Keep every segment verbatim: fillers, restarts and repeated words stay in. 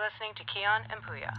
listening to Keon and Puya.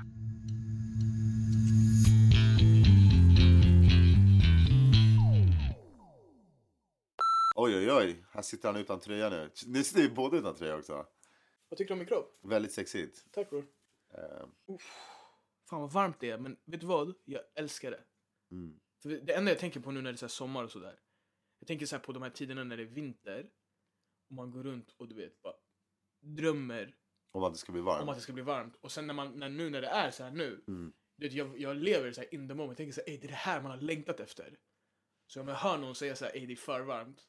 Oj, oj, oj. Här sitter han utan tröja nu. Ni sitter ju båda utan tröja också. Vad tycker du om min kropp? Väldigt sexigt. Tack, bror. Uh. Fan vad varmt det är, men vet du vad? Jag älskar det. Mm. För det enda jag tänker på nu när det är så här sommar och sådär. Jag tänker så här på de här tiderna när det är vinter. Och man går runt och du vet, bara drömmer om att det ska bli varmt. Om att det ska bli varmt. Och sen när man, när, nu när det är så här nu. Mm. Du vet, jag, jag lever så här in the moment. Jag tänker så här, ey, det är det här man har längtat efter. Så om jag hör någon säga så här, ey, det är för varmt.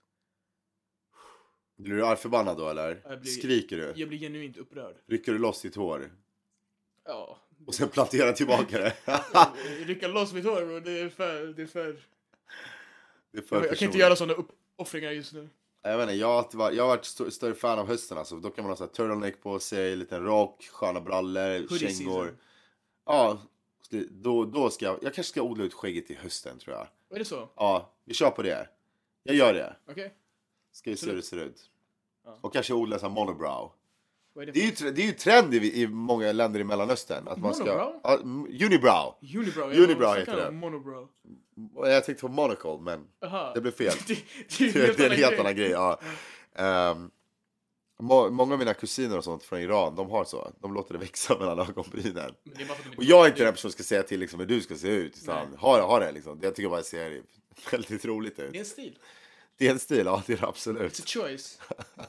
Blir du argförbannad då eller? Blir, Skriker du? Jag blir genuint upprörd. Rycker du loss ditt hår? Ja. Och sen planterar tillbaka det? Rycka loss mitt hår, bro. Det är för... Det är för... Det är för jag, jag kan inte göra sådana uppoffringar just nu. Jag vet inte, jag har, alltid varit, jag har varit st- större fan av hösten alltså. Då kan man ha så här turtleneck på sig, liten rock, sköna brallor, kängor. Ja, då, då ska jag... Jag kanske ska odla ut skägget i hösten, tror jag. Är det så? Ja, vi kör på det. Jag gör det. Okej. Okay. Ska vi se hur det ser ut. Ja. Och kanske odla så här monobrow. Vad är det, det, är ju, det är ju trend i, i många länder i Mellanöstern. Att man ska, monobrow? Ja, unibrow. Unibrow, Unibrow heter det. Monobrow. Jag tänkte på monocle, men Aha. det blev fel. det, det, det, det är en helt annan grej. Ja. Um, må, många av mina kusiner och sånt från Iran, de har så. De låter det växa mellan ögonbrynen. Och jag är inte den person som ska säga till liksom, hur du ska se ut. Utan ha, ha det liksom. Jag tycker bara att det ser väldigt roligt ut. Det är en stil. Det är en stil, ja, det är det absolut. It's a choice.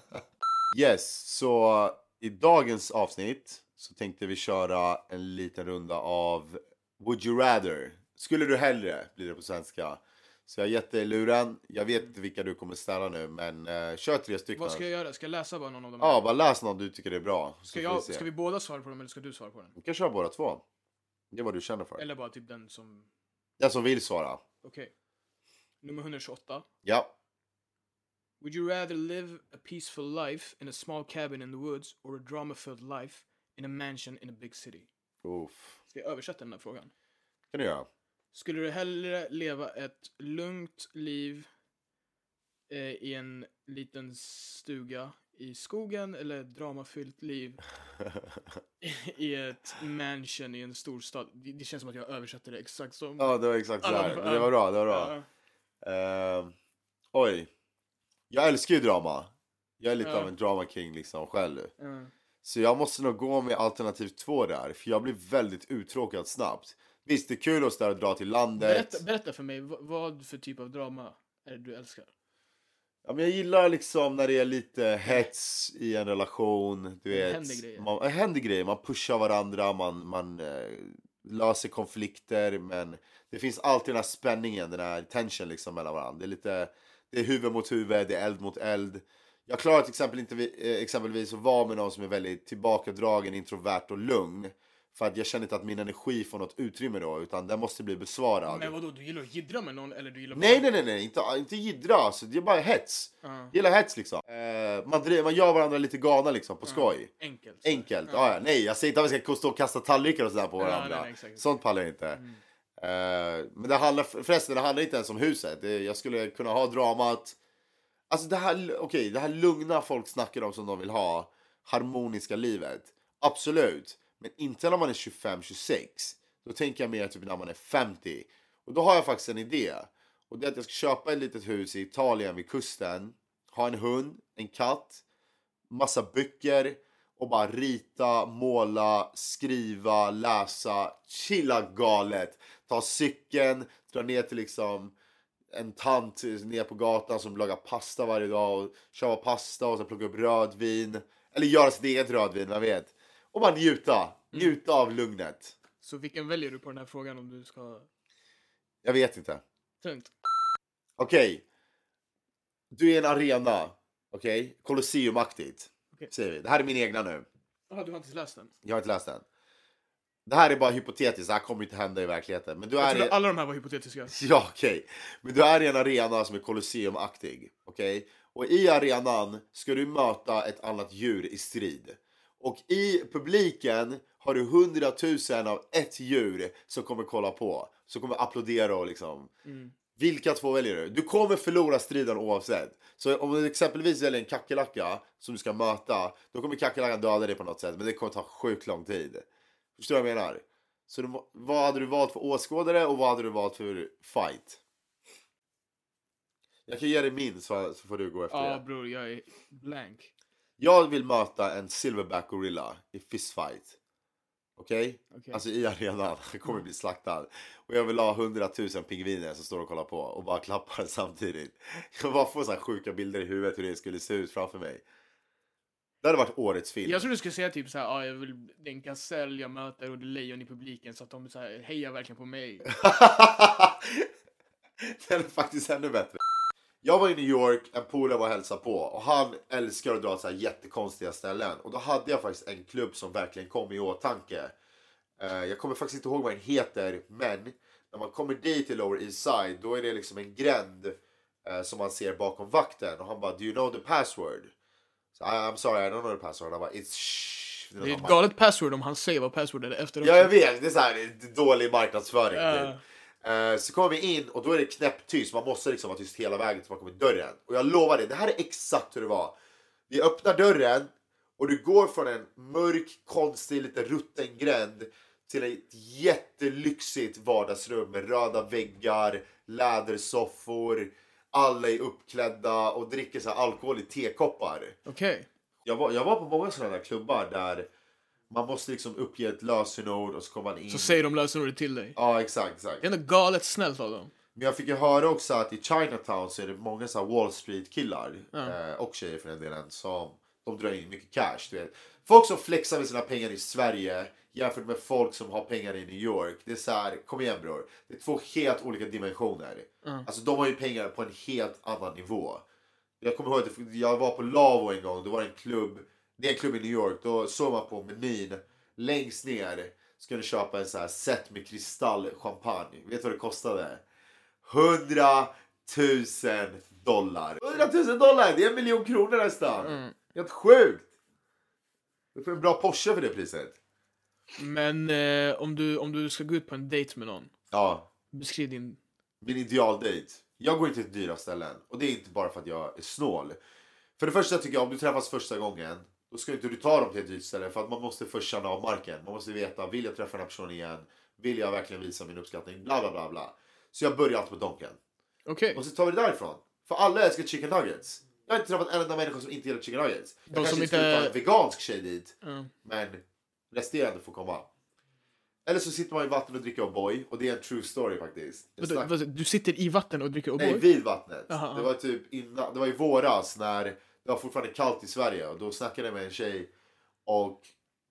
Yes, så i dagens avsnitt så tänkte vi köra en liten runda av Would you rather? Skulle du hellre, blir det på svenska. Så jag har gett dig luren. Jag vet inte vilka du kommer ställa nu, men uh, kör tre stycken. Vad ska jag göra? Ska jag läsa bara någon av dem? Ja, bara läs någon du tycker är bra. Ska, jag, vi ska vi båda svara på dem eller ska du svara på den? Du kan köra båda två. Det är vad du känner för. Eller bara typ den som... Den som vill svara. Okej. Okay. Nummer etthundratjugoåtta. Ja. Would you rather live a peaceful life in a small cabin in the woods or a drama-filled life in a mansion in a big city? Uff. Ska jag översätta den här frågan? Kan du göra? Skulle du hellre leva ett lugnt liv eh, i en liten stuga i skogen eller ett dramafyllt liv i ett mansion i en stor stad? Det, det känns som att jag översätter det exakt som... Ja, det var exakt så här. Men det var bra, det var bra. Uh, uh, oj. Jag älskar ju drama. Jag är lite uh. av en drama king liksom själv. Uh. Så jag måste nog gå med alternativ två där. För jag blir väldigt uttråkad snabbt. Visst, det är kul att ställa och dra till landet. Berätta, berätta för mig, vad, vad för typ av drama är det du älskar? Ja, men jag gillar liksom när det är lite hets i en relation. Du vet, händer grejer. Man, äh, händer grejer. Man pushar varandra, man, man äh, löser konflikter. Men det finns alltid den här spänningen, den här tension liksom mellan varandra. Det är lite, det är huvud mot huvud, det är eld mot eld. Jag klarar till exempel inte eh, exempelvis att vara med någon som är väldigt tillbakadragen, introvert och lugn. För att jag känner inte att min energi får något utrymme då, utan den måste bli besvarad. Men vadå, du gillar att jiddra med någon eller du gillar... Nej, nej, nej, nej, inte, inte jiddra, alltså, det är bara hets. Uh-huh. Jag gillar hets liksom. Uh, man, driver, man gör varandra lite galna liksom, på skoj. Uh-huh. Enkelt. Enkelt, uh-huh. ja, ja. Nej, jag säger inte att vi ska stå och kasta tallrikar och sådär på varandra. Uh-huh, nej, nej, sånt pallar jag inte. Mm. Uh, men det handlar, förresten, det handlar inte ens om huset. Det, jag skulle kunna ha dramat. Alltså det här, okej, okay, det här lugna folk snackar om som de vill ha. Harmoniska livet. Absolut. Men inte när man är tjugofem tjugosex. Då tänker jag mer typ när man är femtio. Och då har jag faktiskt en idé. Och det är att jag ska köpa ett litet hus i Italien vid kusten. Ha en hund, en katt, massa böcker. Och bara rita, måla, skriva, läsa. Chilla galet. Ta cykeln, dra ner till liksom en tant ner på gatan som lagar pasta varje dag. Och köpa pasta och så plocka upp rödvin. Eller göra sitt eget rödvin, man vet. Och bara njuta. Njuta av lugnet. Så vilken väljer du på den här frågan om du ska... Jag vet inte. Tungt. Okej. Okay. Du är en arena. Okej? Okay? Colosseum-aktigt. Okay. Säger vi. Det här är min egna nu. Jaha, du har inte läst den? Jag har inte läst den. Det här är bara hypotetiskt. Det här kommer inte hända i verkligheten. Men du jag är trodde i... alla de här var hypotetiska. Ja, okej. Okay. Men du är i en arena som är Colosseum-aktig. Okej? Okay? Och i arenan ska du möta ett annat djur i strid. Och i publiken har du hundratusen av ett djur som kommer kolla på. Som kommer applådera och liksom... Mm. Vilka två väljer du? Du kommer förlora striden oavsett. Så om du exempelvis väljer en kackerlacka som du ska möta, då kommer kackerlackan döda dig på något sätt. Men det kommer ta sjukt lång tid. Förstår du vad jag menar? Så du, vad hade du valt för åskådare och vad hade du valt för fight? Jag kan ge dig min så, så får du gå efter ja, det. Ja bror, jag är blank. Jag vill möta en silverback gorilla i fistfight. Okej? Okay? Okay. Alltså i arenan. Jag kommer bli slaktad. Och jag vill ha hundratusen pingviner som står och kollar på. Och bara klappar samtidigt. Jag bara får så här sjuka bilder i huvudet hur det skulle se ut framför mig. Det hade varit årets film. Jag tror du skulle säga typ så här, ah, jag vill det är en gasell jag möter och det är lejon i publiken. Så att de så här, hejar verkligen på mig. Det är faktiskt ännu bättre. Jag var i New York, en polare var och hälsade på. Och han älskar att dra till så här jättekonstiga ställen. Och då hade jag faktiskt en klubb som verkligen kom i åtanke. Uh, jag kommer faktiskt inte ihåg vad den heter. Men när man kommer dit till Lower East Side, då är det liksom en gränd uh, som man ser bakom vakten. Och han bara, do you know the password? So, I'm sorry, I don't know the password. Han bara, it's shh. Det är ett galet password om han säger vad password är efter. Ja, jag vet. Det är så här, det är dålig marknadsföring. Uh. Uh, så kommer vi in och då är det knäpptyst. Man måste liksom vara tyst hela vägen till man kommer till dörren. Och jag lovar dig, det här är exakt hur det var. Vi öppnar dörren och du går från en mörk, konstig, lite rutten gränd till ett jättelyxigt vardagsrum med röda väggar, lädersoffor. Alla är uppklädda och dricker så här alkohol i tekoppar. Okej. Okay. Jag var, jag var på många sådana där klubbar där man måste liksom uppge ett lösenord och så kommer man in. Så säger de lösenordet till dig. Ja, exakt, exakt. Det är ändå galet snällt av dem. Men jag fick ju höra också att i Chinatown så är det många så här Wall Street-killar mm. eh, och tjejer för den delen som de drar in mycket cash. Du vet. Folk som flexar med sina pengar i Sverige jämfört med folk som har pengar i New York. Det är så här, kom igen bror. Det är två helt olika dimensioner. Mm. Alltså de har ju pengar på en helt annan nivå. Jag kommer ihåg att jag var på Lavo en gång. Då var det en klubb. Det är en klubb i New York. Då såg man på menyn. Längst ner skulle köpa en så här set med kristall champagne. Vet du vad det kostade? Hundratusen dollar. Hundratusen dollar! Det är en miljon kronor nästan. Mm. Helt sjukt. Du får en bra Porsche för det priset. Men eh, om, du, om du ska gå ut på en date med någon. Ja. Beskriv din... Min idealdate. Jag går inte till dyra ställen. Och det är inte bara för att jag är snål. För det första tycker jag, om du träffas första gången, då ska inte du ta dem till ett dyrt ställe. För att man måste först känna av marken. Man måste veta, vill jag träffa den här personen igen? Vill jag verkligen visa min uppskattning? Bla bla bla bla. Så jag börjar alltid på Donken. Okej. Okay. Och så tar vi det därifrån. För alla älskar chicken nuggets. Jag har inte träffat en enda människa som inte gillar chicken nuggets. Jag De kanske som inte inte ta en vegansk tjej dit. Mm. Men resterande får komma. Eller så sitter man i vatten och dricker O'boy. Och det är en true story faktiskt. Snack... Du, du sitter i vatten och dricker O'boy? Nej, vid vattnet. Aha, det var typ innan, det var i våras när det var fortfarande kallt i Sverige. Och då snackade jag med en tjej. Och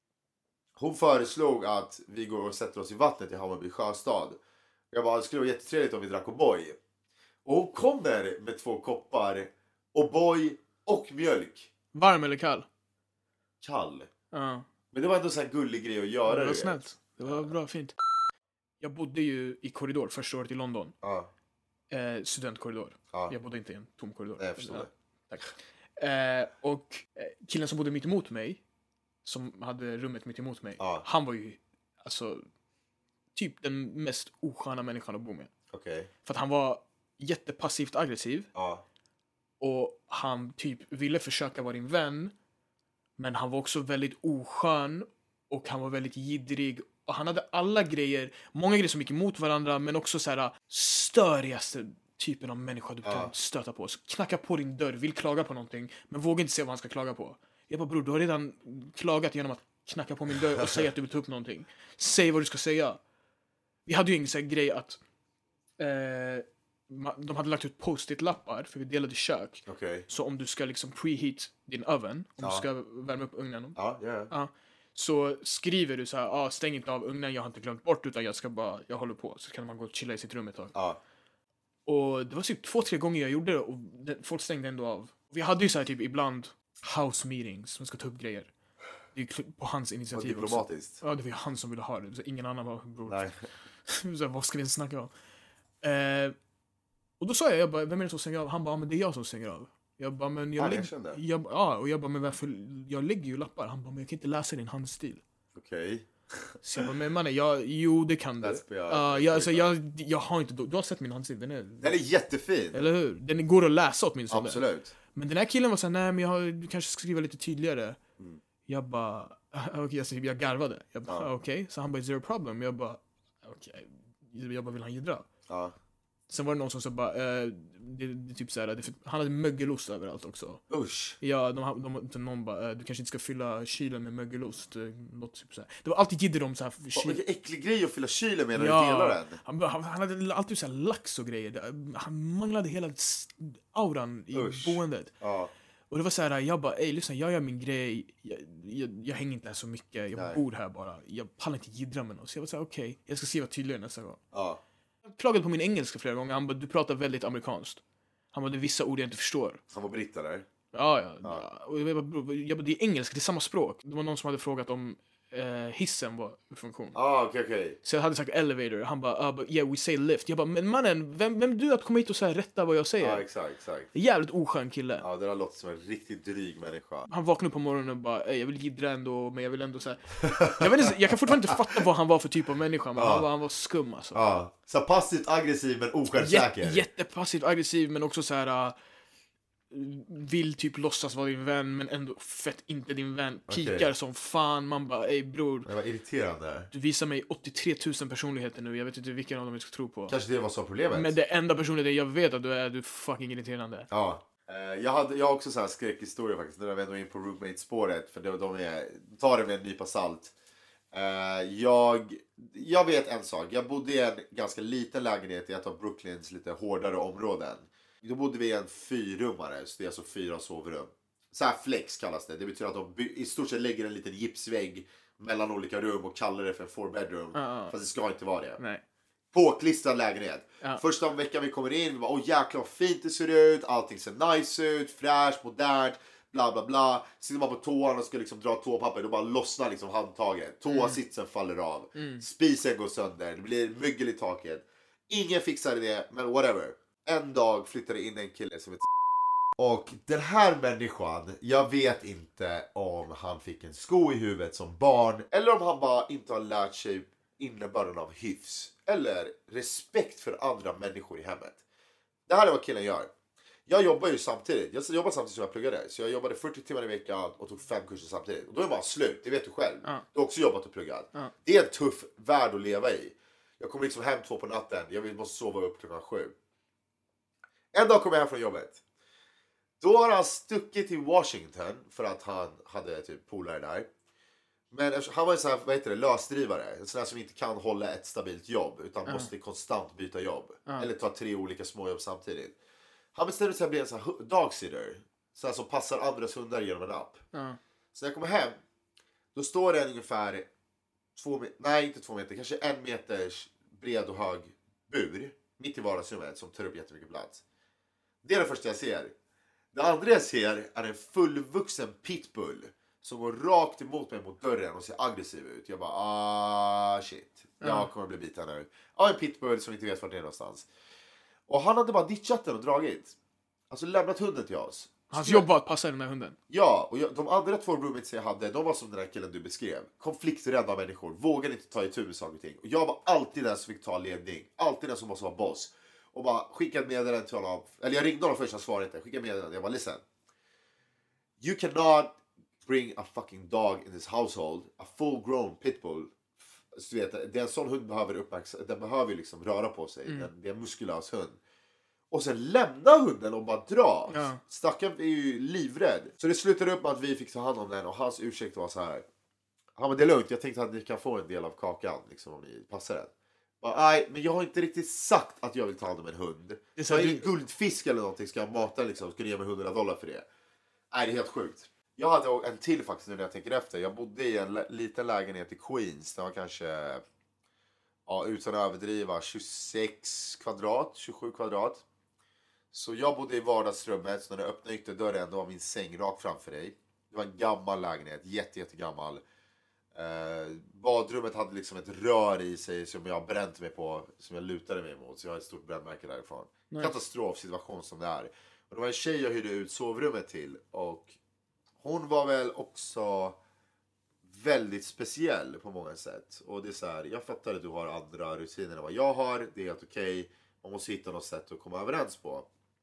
hon föreslog att vi går och sätter oss i vattnet i Hammarby sjöstad. Jag bara, det skulle vara jättetrevligt om vi drack O'boy. Och hon kommer med två koppar O'boy och mjölk. Varm eller kall? Kall. Ja. Men det var ändå så här gullig grej att göra. Det var snällt. Det var bra, fint. Jag bodde ju i korridor första året i London. Ja. Eh, studentkorridor. Ja. Jag bodde inte i en tom korridor. Nej, jag förstår ja. det. Tack. Eh, och killen som bodde mitt emot mig, som hade rummet mitt emot mig, ja. han var ju alltså typ den mest osköna människan att bo med. Okej. Okay. För att han var jättepassivt aggressiv. Ja. Och han typ ville försöka vara din vän. Men han var också väldigt oskön. Och han var väldigt jiddrig. Och han hade alla grejer. Många grejer som gick emot varandra. Men också så här störigaste typen av människa du kan ja. stöta på. Så knacka på din dörr. Vill klaga på någonting. Men vågar inte se vad han ska klaga på. Jag bara, bror, du har redan klagat genom att knacka på min dörr och säga att du vill ta upp någonting. Säg vad du ska säga. Vi hade ju ingen sån här grej att eh, de hade lagt ut post-it-lappar för vi delade kök. Okay. Så om du ska liksom preheat din oven, om ja. du ska värma upp ugnen. Ja, yeah. ja, så skriver du så här, ah, stäng inte av ugnen, jag har inte glömt bort utan jag ska bara, jag håller på. Så kan man gå och chilla i sitt rum ett tag. Ja. Och det var typ två, tre gånger jag gjorde det och folk stängde ändå av. Vi hade ju så här typ ibland house meetings som ska ta upp grejer. Det är på hans initiativ. Och diplomatiskt. Också. Ja, det var han som ville ha det. Så ingen annan var bror. Nej. Så vad ska vi snacka om? Eh, och då sa jag, jag bara, vem är det som stänger av? Han bara, men det är jag som stänger av. Jag bara, men jag, ah, lägg, jag jag Ja, och jag bara, men varför? Jag lägger ju lappar. Han bara, men jag kan inte läsa din handstil. Okej. Okay. Så jag bara, men mannen, jag, jo det kan du. Uh, jag, alltså, jag, jag har inte, du har sett min handstil, den är... Den är jättefin. Eller hur? Den går att läsa åtminstone. Absolut. Men den här killen var såhär, nej men jag har, du kanske ska skriva lite tydligare. Mm. Jag bara, okej, okay, alltså, jag garvade. Jag bara, ja. okej. Okay. Så han bara, zero problem. Jag bara, okej. Okay. Jag bara, vill han jiddra? Ja. Sen var det någon som sa bara, eh, det, det, typ såhär, det, han hade mögelost överallt också. Usch. Ja, de, de, de, någon bara, du kanske inte ska fylla kylen med mögelost. Något typ såhär. Det var alltid jidder om såhär. Oh, vilken äcklig grej att fylla kylen med när ja, du delar den. Han, han, han hade alltid såhär lax och grejer. Han manglade hela auran i Usch. boendet. Ja. Och det var så här, jag bara, ey lyssna, jag gör min grej, jag, jag, jag hänger inte här så mycket, jag Nej. bor här bara, jag pallar inte jiddra med någon. Så jag var så här, okej, okay, jag ska skriva tydligare nästa gång. Ja. Jag klagade på min engelska flera gånger, han bara, du pratar väldigt amerikanskt. Han bara, det är vissa ord jag inte förstår. Han var britt eller? Ja, ja. ja. Och jag bara, jag bara, det är engelska, det är samma språk. Det var någon som hade frågat om Uh, hissen var ur funktion. Ah, okej, okay, okej. Okay. Så jag hade sagt elevator. Han bara, uh, but yeah, we say lift. Jag bara, men mannen, vem, vem du att komma hit och så här rätta vad jag säger? Ja, ah, exakt, exakt. Jävligt oskön kille. Ja, ah, det där låter som en riktigt dryg människa. Han vaknade upp på morgonen och bara, jag vill jiddra ändå, men jag vill ändå så här. jag, vet inte, jag kan fortfarande inte fatta vad han var för typ av människa, men ah. han, var, han var skum alltså. Ja, ah. Så passivt aggressiv men osjälvsäker. Jät, jättepassivt aggressiv, men också så här. Uh, vill typ låtsas vara din vän men ändå fett inte din vän. Pikar okay. som fan. Man bara, ey bror, det var irriterande. Du visar mig åttiotre tusen personligheter nu. Jag vet inte vilken av dem jag ska tro på. Kanske det var så problemet. Men det enda personligheten jag vet att du är, du är fucking irriterande. Ja. Uh, jag, hade, jag har också så här skräckhistoria faktiskt. När jag vänder in på roommate-spåret. För de, de är, tar det med en nypa salt. Uh, jag, jag vet en sak. Jag bodde i en ganska liten lägenhet i ett av Brooklyns lite hårdare områden. Då bodde vi i en fyrrummare, så det är alltså fyra sovrum. Så här flex kallas det. Det betyder att de by- i stort sett lägger en liten gipsvägg mellan olika rum och kallar det för en four bedroom. Uh-uh. Fast det ska inte vara det. Nej. Påklistrad lägenhet. Uh. Första veckan vi kommer in, vi bara, åh jäklar vad fint det ser ut. Allting ser nice ut, fräscht, modernt, bla bla bla. Sitter man på toan och ska liksom dra toapapper, då bara lossnar liksom handtaget. Toasitsen mm. faller av. Mm. Spisen går sönder, det blir myggel i taket. Ingen fixade det, men whatever. En dag flyttade in en kille som heter och den här människan, jag vet inte om han fick en sko i huvudet som barn eller om han bara inte har lärt sig innebörden av hyfs eller respekt för andra människor i hemmet. Det här är vad killen gör. Jag jobbar ju samtidigt. Jag jobbar samtidigt som jag pluggade. Så jag jobbade fyrtio timmar i veckan och tog fem kurser samtidigt. Och då är man slut, det vet du själv. Ja. Du har också jobbat och pluggat. Ja. Det är en tuff värld att leva i. Jag kommer liksom hem två på natten. Jag måste sova upp klockan sju. En dag kom jag hem från jobbet. Då har han stuckit till Washington för att han hade typ polare där. Men han var en sån här, vad heter det, lösdrivare. En sån här som inte kan hålla ett stabilt jobb utan uh. måste konstant byta jobb. Uh. Eller ta tre olika småjobb samtidigt. Han bestämde sig för att bli en sån här dogsitter. Sån här som passar andras hundar genom en app. Uh. Så när jag kommer hem, då står det en ungefär två, nej inte två meter, kanske en meters bred och hög bur mitt i vardagsrummet som tar upp jättemycket plats. Det är det första jag ser. Det andra jag ser är en fullvuxen pitbull som går rakt emot mig mot dörren och ser aggressiv ut. Jag bara, ah shit. Jag mm. kommer bli biten nu. Ja, en pitbull som inte vet vart det är någonstans. Och han hade bara ditchat den och dragit. Alltså lämnat hunden till oss. Hans jobb var att passa den här hunden. Ja, och jag, de andra två roommates jag hade, de var som den där killen du beskrev. Konflikträdda människor, vågade inte ta itu med saker och ting. Och jag var alltid den som fick ta ledning. Alltid den som måste vara boss. Och bara skickade meddelande till honom. Eller jag ringde honom först, han svarade inte. Skickade meddelande, jag bara, listen. You cannot bring a fucking dog in this household. A full grown pitbull. Så du vet, det är en sån hund behöver uppmärksamhet. Den behöver liksom röra på sig. Mm. Den, det är en muskulös hund. Och sen lämna hunden och bara dra. Ja. Stackaren är ju livrädd. Så det slutade upp med att vi fick ta hand om den. Och hans ursäkt var så här. Ja men det är lugnt, jag tänkte att ni kan få en del av kakan. Liksom om ni passar den. Bara, nej, men jag har inte riktigt sagt att jag vill ta hand om en hund. Det är så du... en guldfisk eller någonting ska jag mata liksom. Ska du ge mig hundra dollar för det? Nej, det är helt sjukt. Jag hade en till faktiskt nu när jag tänker efter. Jag bodde i en liten lägenhet i Queens. Det var kanske, ja, utan att överdriva, tjugosex kvadrat, tjugosju kvadrat. Så jag bodde i vardagsrummet. Så när jag öppnade ytterdörren, då var min säng rakt framför dig. Det var en gammal lägenhet, jätte, jättegammal. Eh, badrummet hade liksom ett rör i sig som jag bränt mig på, som jag lutade mig emot. Så jag har ett stort brännmärke därifrån. Nej. Katastrofsituation som det är. Och det var en tjej jag hyrde ut sovrummet till. Och hon var väl också väldigt speciell på många sätt. Och det är så här, jag fattar att du har andra rutiner än vad jag har. Det är helt okej. Okay. Man måste hitta något sätt att komma överens på.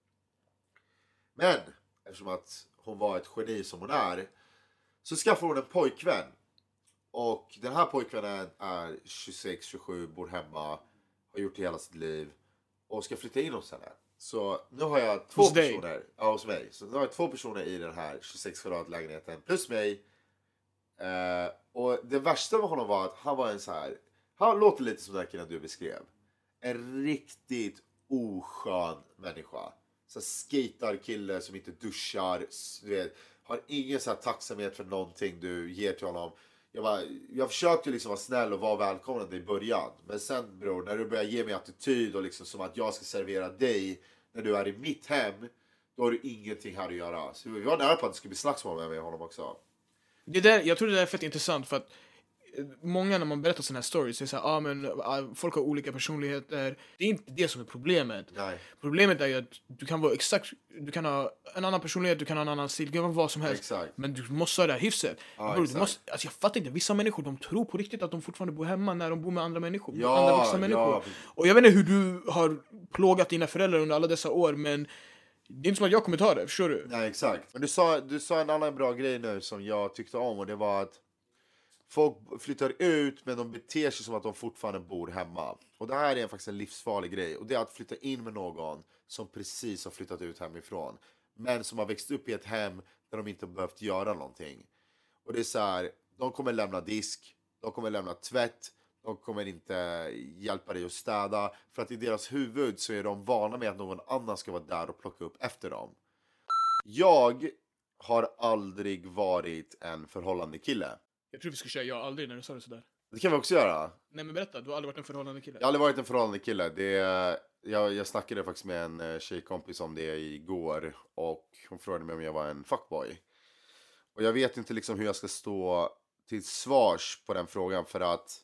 Men eftersom att hon var ett geni som hon är, så skaffar hon en pojkvän. Och den här pojkvännen är tjugosex tjugosju, bor hemma, har gjort det hela sitt liv och ska flytta in hos henne. Så nu har jag två hos personer, dig. ja, hos mig. Så nu har jag två personer i den här tjugosex kvadrat lägenheten plus mig. Uh, och det värsta med honom var att han var en så här, han låter lite som den killen du beskrev. En riktigt oskön människa. Så skater kille som inte duschar, du vet, har ingen så här tacksamhet för någonting du ger till honom. Jag, bara, jag försökte liksom vara snäll och vara välkomnande i början. Men sen bror, när du börjar ge mig attityd och liksom som att jag ska servera dig när du är i mitt hem, då har du ingenting här att göra. Så vi var nära på att det skulle bli slagsmål med honom också. Det där, jag tror det där är fett intressant för att många när man berättar sådana här stories är så här, ah, men ah, folk har olika personligheter. Det är inte det som är problemet. Nej. Problemet är ju att du kan vara exakt, du kan ha en annan personlighet, du kan ha en annan stil, du kan vara vad som helst. Exakt. Men du måste ha det här hyfset. Ja, Bro, du måste, alltså jag fattar inte, vissa människor de tror på riktigt att de fortfarande bor hemma när de bor med andra människor. Ja, andra vuxna människor. ja. Och jag vet inte hur du har plågat dina föräldrar under alla dessa år, men det är inte som att jag kommer ta det, förstår du? Nej, exakt. Men du sa, du sa en annan bra grej nu som jag tyckte om, och det var att folk flyttar ut men de beter sig som att de fortfarande bor hemma. Och det här är faktiskt en livsfarlig grej. Och det är att flytta in med någon som precis har flyttat ut hemifrån, men som har växt upp i ett hem där de inte behövt göra någonting. Och det är så här, de kommer lämna disk, de kommer lämna tvätt, de kommer inte hjälpa dig att städa. För att i deras huvud så är de vana med att någon annan ska vara där och plocka upp efter dem. Jag har aldrig varit en förhållande kille. Jag tror vi ska köra jag aldrig när du sa det sådär. Det kan vi också göra. Nej men berätta, du har aldrig varit en förhållande kille. Jag har aldrig varit en förhållande kille. Det är, jag, jag snackade faktiskt med en tjejkompis om det igår. Och hon frågade mig om jag var en fuckboy. Och jag vet inte liksom hur jag ska stå till svars på den frågan. För att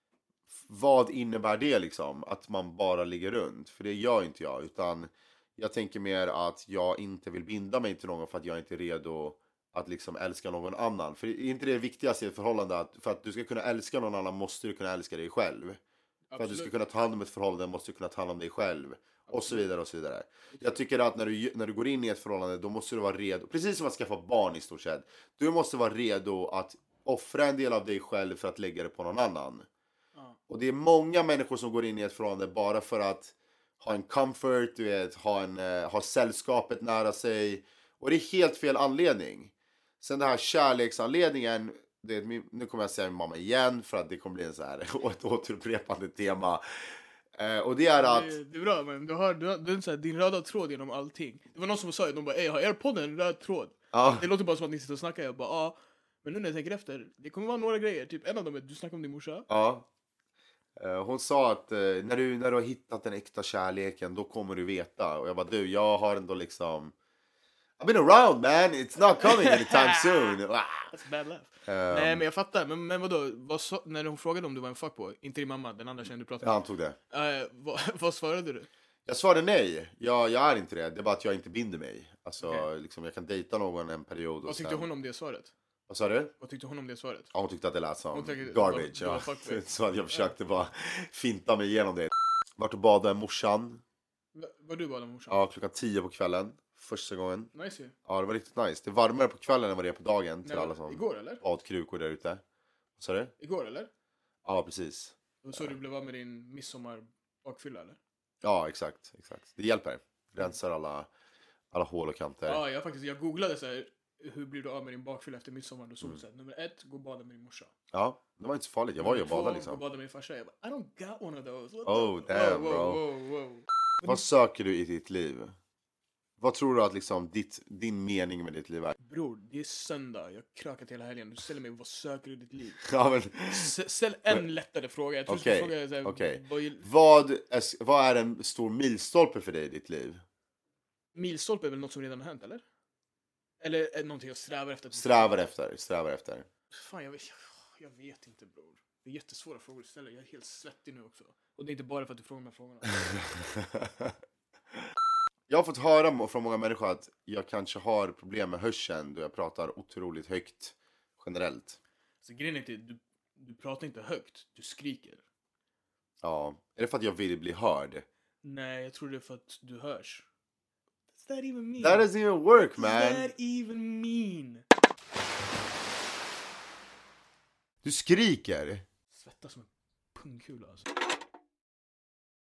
vad innebär det liksom? Att man bara ligger runt? För det gör inte jag. Utan jag tänker mer att jag inte vill binda mig till någon för att jag inte är redo att liksom älska någon annan. För är inte det viktigaste i ett förhållande att för att du ska kunna älska någon annan måste du kunna älska dig själv. Absolut. För att du ska kunna ta hand om ett förhållande måste du kunna ta hand om dig själv. Absolut. Och så vidare och så vidare. Jag tycker att när du, när du går in i ett förhållande då måste du vara redo. Precis som att skaffa barn i stort sett. Du måste vara redo att offra en del av dig själv för att lägga det på någon annan. Ja. Och det är många människor som går in i ett förhållande bara för att ha en comfort, du vet, ha, en, uh, ha sällskapet nära sig. Och det är helt fel anledning. Sen den här kärleksanledningen, det, nu kommer jag säga min mamma igen för att det kommer bli en så här ett återupprepande tema. Eh, och det är att... Det, det är bra, men du har, du har, du har så här, din röda tråd genom allting. Det var någon som sa att de bara, ey, har er podden en röd tråd? Ja. Det låter bara som att ni sitter och snackar. Jag bara, ja. Men nu när jag tänker efter, det kommer vara några grejer. Typ en av dem är du snackar om din morsa. Ja. Eh, hon sa att eh, när, du, när du har hittat den äkta kärleken, då kommer du veta. Och jag bara, du, jag har ändå liksom... I've been around, man. It's not coming anytime soon. That's bad laugh. Um, Nej, men jag fattar. Men, men vadå? Vad så, när hon frågade om du var en fuckboy, inte din mamma, den andra tjejen du pratade med. Ja, han tog det. Uh, vad, vad svarade du? Jag svarade nej. Jag, jag är inte det. Det är bara att jag inte binder mig. Alltså, okay. liksom, jag kan dejta någon en period. Vad tyckte sen... hon om det svaret? Vad sa du? Vad tyckte hon om det svaret? Ja, hon tyckte att det lät som tyckte, garbage. Var, var ja. Så att jag försökte bara finta mig igenom det. Vart och badade morsan. Va, var du badade morsan? Ja, klockan tio på kvällen. Första gången. Nice ju. Ja, det var riktigt nice. Det är varmare på kvällen än vad det är på dagen. Till Nej, alla som igår eller? badkrukor där ute. Vad sa du? Igår eller? Ja, precis. Och så ja. Du blev av med din midsommar bakfylla eller? Ja, exakt, exakt. Det hjälper. Rensar alla, alla hål och kanter. Ja, jag faktiskt, jag googlade så här, hur blir du av med din bakfylla efter midsommar? Då såg mm. så här, nummer ett, gå och bada med din morsa. Ja, det var inte så farligt. Jag var ju och badade liksom. Gå och bada med din farsa. Jag bara, I don't got one of those. What oh, the... damn, wow, bro. Wow, wow, wow. Vad söker du i ditt liv? Vad tror du att liksom ditt, din mening med ditt liv är? Bror, det är söndag. Jag har krökat hela helgen. Du ställer mig, vad söker du i ditt liv? Ja, men... S- ställ en men... lättare fråga. Jag tror okay. du fråga så här, okay. vad... Vad, är, vad är en stor milstolpe för dig i ditt liv? Milstolpe är väl något som redan har hänt, eller? Eller är det någonting jag strävar efter? Strävar efter, strävar efter. Fan, jag vet, jag vet inte, bror. Det är jättesvåra frågor du ställer. Jag är helt svettig nu också. Och det är inte bara för att du frågar de här frågorna. Jag har fått höra från många människor att jag kanske har problem med hörseln då jag pratar otroligt högt generellt. Så grejen är inte, du, du pratar inte högt, du skriker. Ja, är det för att jag vill bli hörd? Nej, jag tror det är för att du hörs. Does that even mean? That doesn't even work, man. Does that even mean? Du skriker. Svettas som en pungkula alltså.